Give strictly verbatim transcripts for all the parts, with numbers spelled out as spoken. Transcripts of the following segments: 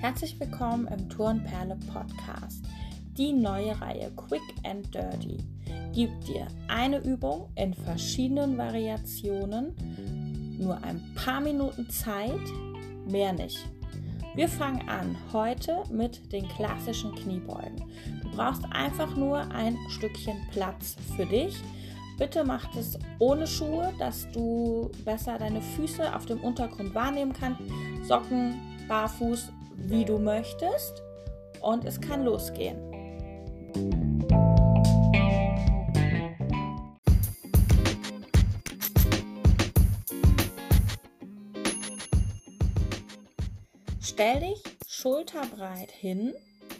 Herzlich willkommen im Turnperle Podcast. Die neue Reihe Quick and Dirty gibt dir eine Übung in verschiedenen Variationen, nur ein paar Minuten Zeit, mehr nicht. Wir fangen an heute mit den klassischen Kniebeugen. Du brauchst einfach nur ein Stückchen Platz für dich. Bitte mach es ohne Schuhe, dass du besser deine Füße auf dem Untergrund wahrnehmen kannst. Socken, barfuß, wie du möchtest. Und es kann losgehen. Stell dich schulterbreit hin.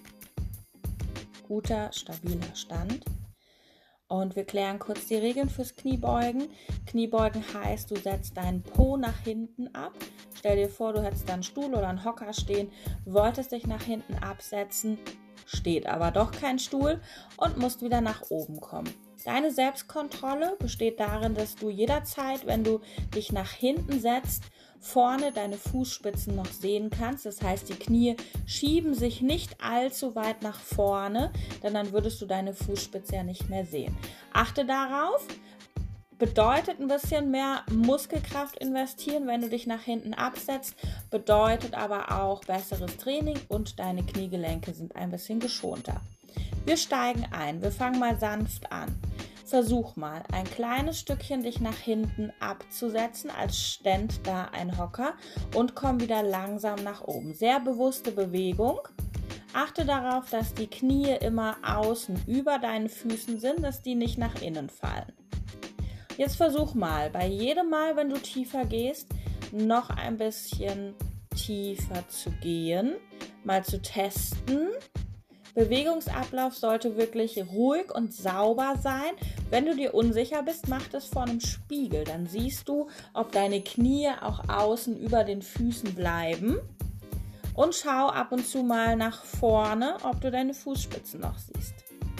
Guter, stabiler Stand. Und wir klären kurz die Regeln fürs Kniebeugen. Kniebeugen heißt, du setzt deinen Po nach hinten ab. Stell dir vor, du hättest da einen Stuhl oder einen Hocker stehen, wolltest dich nach hinten absetzen, steht aber doch kein Stuhl und musst wieder nach oben kommen. Deine Selbstkontrolle besteht darin, dass du jederzeit, wenn du dich nach hinten setzt, vorne deine Fußspitzen noch sehen kannst. Das heißt, die Knie schieben sich nicht allzu weit nach vorne, denn dann würdest du deine Fußspitze ja nicht mehr sehen. Achte darauf, bedeutet ein bisschen mehr Muskelkraft investieren, wenn du dich nach hinten absetzt, bedeutet aber auch besseres Training und deine Kniegelenke sind ein bisschen geschonter. Wir steigen ein, wir fangen mal sanft an. Versuch mal, ein kleines Stückchen dich nach hinten abzusetzen, als ständ da ein Hocker und komm wieder langsam nach oben. Sehr bewusste Bewegung. Achte darauf, dass die Knie immer außen über deinen Füßen sind, dass die nicht nach innen fallen. Jetzt versuch mal, bei jedem Mal, wenn du tiefer gehst, noch ein bisschen tiefer zu gehen, mal zu testen. Bewegungsablauf sollte wirklich ruhig und sauber sein. Wenn du dir unsicher bist, mach das vor einem Spiegel. Dann siehst du, ob deine Knie auch außen über den Füßen bleiben. Und schau ab und zu mal nach vorne, ob du deine Fußspitzen noch siehst.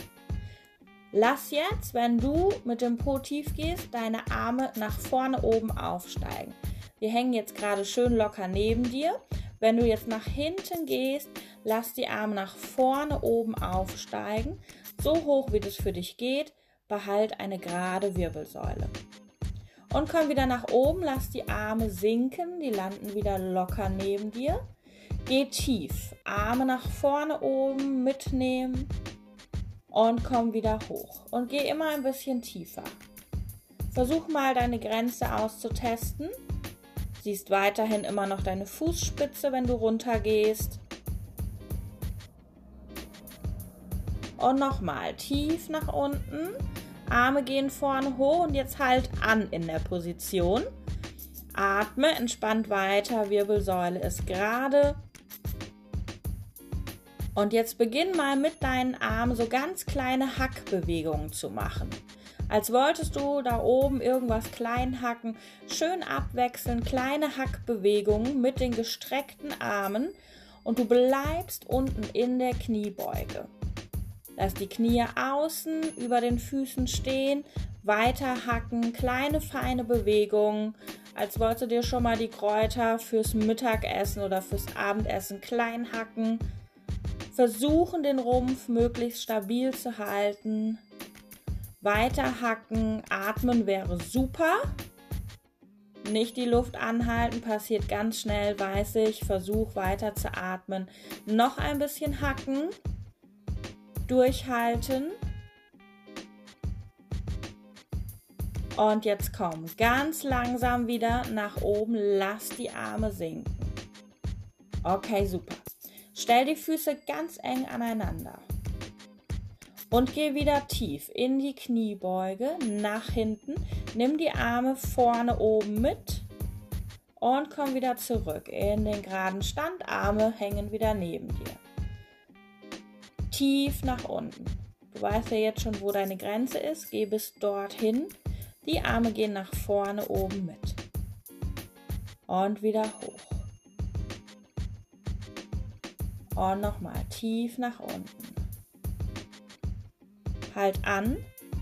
Lass jetzt, wenn du mit dem Po tief gehst, deine Arme nach vorne oben aufsteigen. Wir hängen jetzt gerade schön locker neben dir. Wenn du jetzt nach hinten gehst, lass die Arme nach vorne oben aufsteigen, so hoch wie das für dich geht, behalt eine gerade Wirbelsäule. Und komm wieder nach oben, lass die Arme sinken, die landen wieder locker neben dir. Geh tief, Arme nach vorne oben mitnehmen und komm wieder hoch. Und geh immer ein bisschen tiefer. Versuch mal deine Grenze auszutesten. Siehst weiterhin immer noch deine Fußspitze, wenn du runter gehst. Und nochmal tief nach unten. Arme gehen vorne hoch und jetzt halt an in der Position. Atme, entspannt weiter, Wirbelsäule ist gerade. Und jetzt beginn mal mit deinen Armen so ganz kleine Hackbewegungen zu machen. Als wolltest du da oben irgendwas klein hacken, schön abwechseln, kleine Hackbewegungen mit den gestreckten Armen und du bleibst unten in der Kniebeuge. Lass die Knie außen über den Füßen stehen, weiter hacken, kleine feine Bewegungen, als wolltest du dir schon mal die Kräuter fürs Mittagessen oder fürs Abendessen klein hacken. Versuchen den Rumpf möglichst stabil zu halten. Weiter hacken, atmen wäre super. Nicht die Luft anhalten, passiert ganz schnell, weiß ich. Versuch weiter zu atmen. Noch ein bisschen hacken. Durchhalten. Und jetzt komm ganz langsam wieder nach oben. Lass die Arme sinken. Okay, super. Stell die Füße ganz eng aneinander. Und geh wieder tief in die Kniebeuge, nach hinten. Nimm die Arme vorne oben mit und komm wieder zurück in den geraden Stand. Arme hängen wieder neben dir. Tief nach unten. Du weißt ja jetzt schon, wo deine Grenze ist. Geh bis dorthin. Die Arme gehen nach vorne oben mit. Und wieder hoch. Und nochmal tief nach unten. Halt an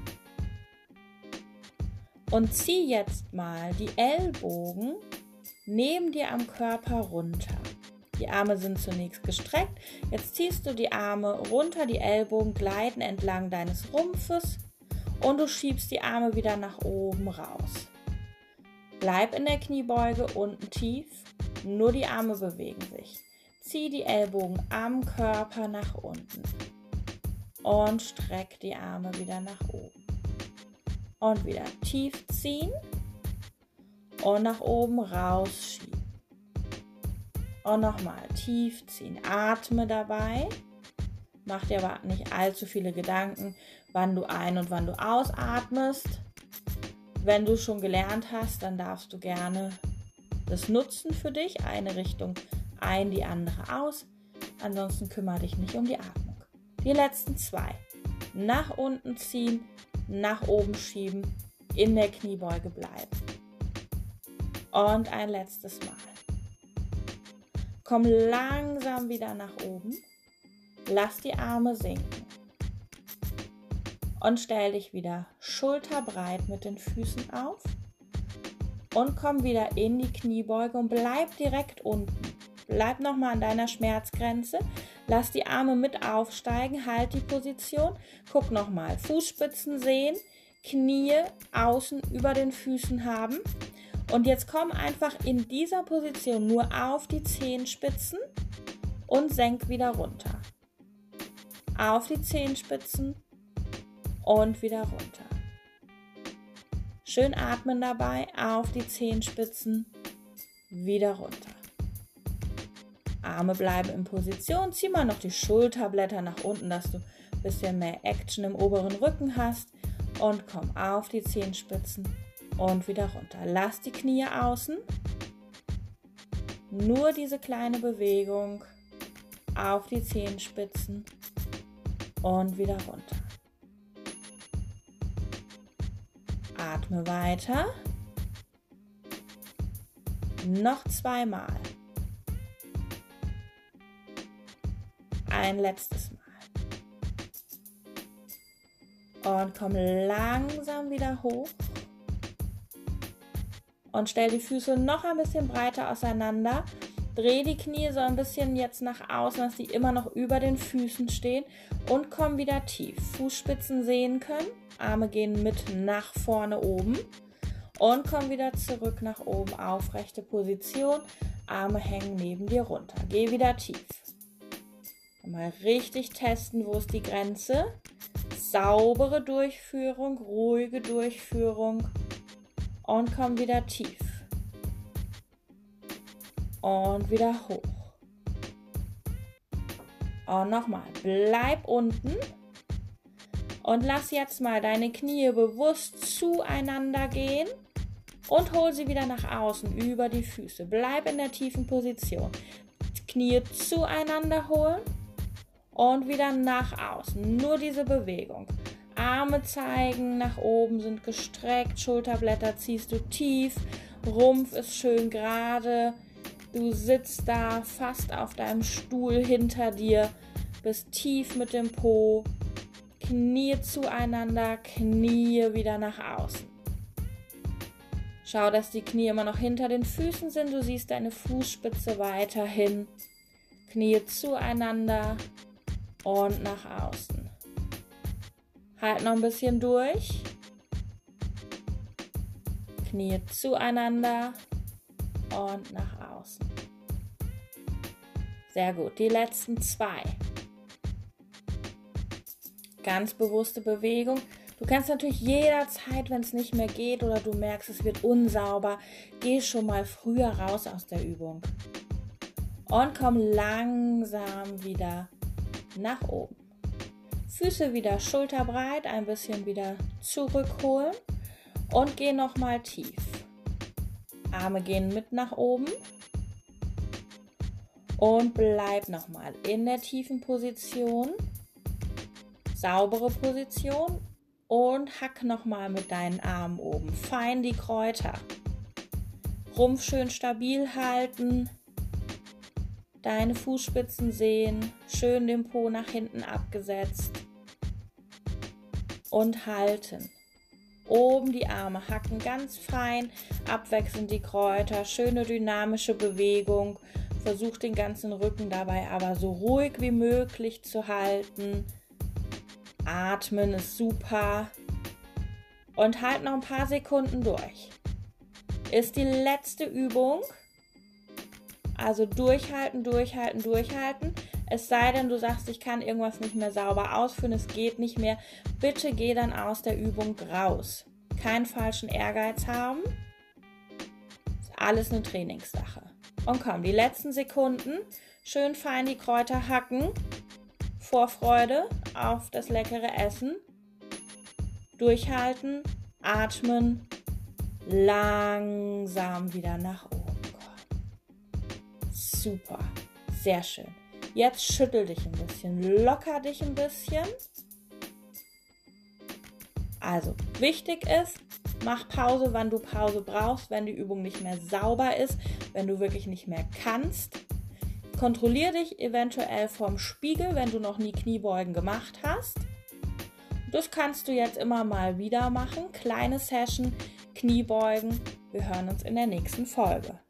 und zieh jetzt mal die Ellbogen neben dir am Körper runter. Die Arme sind zunächst gestreckt. Jetzt ziehst du die Arme runter, die Ellbogen gleiten entlang deines Rumpfes und du schiebst die Arme wieder nach oben raus. Bleib in der Kniebeuge, unten tief, nur die Arme bewegen sich. Zieh die Ellbogen am Körper nach unten und streck die Arme wieder nach oben. Und wieder tief ziehen und nach oben rausschieben. Und nochmal tief ziehen. Atme dabei. Mach dir aber nicht allzu viele Gedanken, wann du ein- und wann du ausatmest. Wenn du schon gelernt hast, dann darfst du gerne das nutzen für dich. Eine Richtung ein, die andere aus. Ansonsten kümmere dich nicht um die Atmung. Die letzten zwei. Nach unten ziehen, nach oben schieben, in der Kniebeuge bleiben. Und ein letztes Mal. Komm langsam wieder nach oben. Lass die Arme sinken. Und stell dich wieder schulterbreit mit den Füßen auf. Und komm wieder in die Kniebeuge und bleib direkt unten. Bleib nochmal an deiner Schmerzgrenze. Lass die Arme mit aufsteigen. Halt die Position. Guck nochmal. Fußspitzen sehen. Knie außen über den Füßen haben. Und jetzt komm einfach in dieser Position nur auf die Zehenspitzen und senk wieder runter. Auf die Zehenspitzen und wieder runter. Schön atmen dabei, auf die Zehenspitzen, wieder runter. Arme bleiben in Position, zieh mal noch die Schulterblätter nach unten, dass du ein bisschen mehr Action im oberen Rücken hast und komm auf die Zehenspitzen. Und wieder runter. Lass die Knie außen. Nur diese kleine Bewegung auf die Zehenspitzen und wieder runter. Atme weiter. Noch zweimal. Ein letztes Mal. Und komm langsam wieder hoch. Und stell die Füße noch ein bisschen breiter auseinander. Dreh die Knie so ein bisschen jetzt nach außen, dass sie immer noch über den Füßen stehen. Und komm wieder tief. Fußspitzen sehen können. Arme gehen mit nach vorne oben. Und komm wieder zurück nach oben. Aufrechte Position. Arme hängen neben dir runter. Geh wieder tief. Mal richtig testen, wo ist die Grenze. Saubere Durchführung, ruhige Durchführung. Und komm wieder tief. Und wieder hoch. Und nochmal. Bleib unten. Und lass jetzt mal deine Knie bewusst zueinander gehen. Und hol sie wieder nach außen über die Füße. Bleib in der tiefen Position. Knie zueinander holen. Und wieder nach außen. Nur diese Bewegung. Arme zeigen, nach oben sind gestreckt, Schulterblätter ziehst du tief, Rumpf ist schön gerade, du sitzt da fast auf deinem Stuhl hinter dir, bist tief mit dem Po, Knie zueinander, Knie wieder nach außen. Schau, dass die Knie immer noch hinter den Füßen sind, du siehst deine Fußspitze weiterhin, Knie zueinander und nach außen. Halt noch ein bisschen durch. Knie zueinander und nach außen. Sehr gut. Die letzten zwei. Ganz bewusste Bewegung. Du kannst natürlich jederzeit, wenn es nicht mehr geht oder du merkst, es wird unsauber, geh schon mal früher raus aus der Übung. Und komm langsam wieder nach oben. Füße wieder schulterbreit, ein bisschen wieder zurückholen und geh nochmal tief. Arme gehen mit nach oben und bleib nochmal in der tiefen Position, saubere Position und hack nochmal mit deinen Armen oben, fein die Kräuter. Rumpf schön stabil halten, deine Fußspitzen sehen, schön den Po nach hinten abgesetzt. Und halten. Oben die Arme hacken ganz fein, abwechselnd die Kräuter, schöne dynamische Bewegung, Versuch den ganzen Rücken dabei aber so ruhig wie möglich zu halten. Atmen ist super. Und halt noch ein paar Sekunden durch. Ist die letzte Übung. Also durchhalten, durchhalten, durchhalten. Es sei denn, du sagst, ich kann irgendwas nicht mehr sauber ausführen, es geht nicht mehr. Bitte geh dann aus der Übung raus. Keinen falschen Ehrgeiz haben. Ist alles eine Trainingssache. Und komm, die letzten Sekunden. Schön fein die Kräuter hacken. Vorfreude auf das leckere Essen. Durchhalten, atmen, langsam wieder nach oben kommen. Super, sehr schön. Jetzt schüttel dich ein bisschen, locker dich ein bisschen. Also, wichtig ist, mach Pause, wann du Pause brauchst, wenn die Übung nicht mehr sauber ist, wenn du wirklich nicht mehr kannst. Kontrollier dich eventuell vorm Spiegel, wenn du noch nie Kniebeugen gemacht hast. Das kannst du jetzt immer mal wieder machen. Kleine Session, Kniebeugen. Wir hören uns in der nächsten Folge.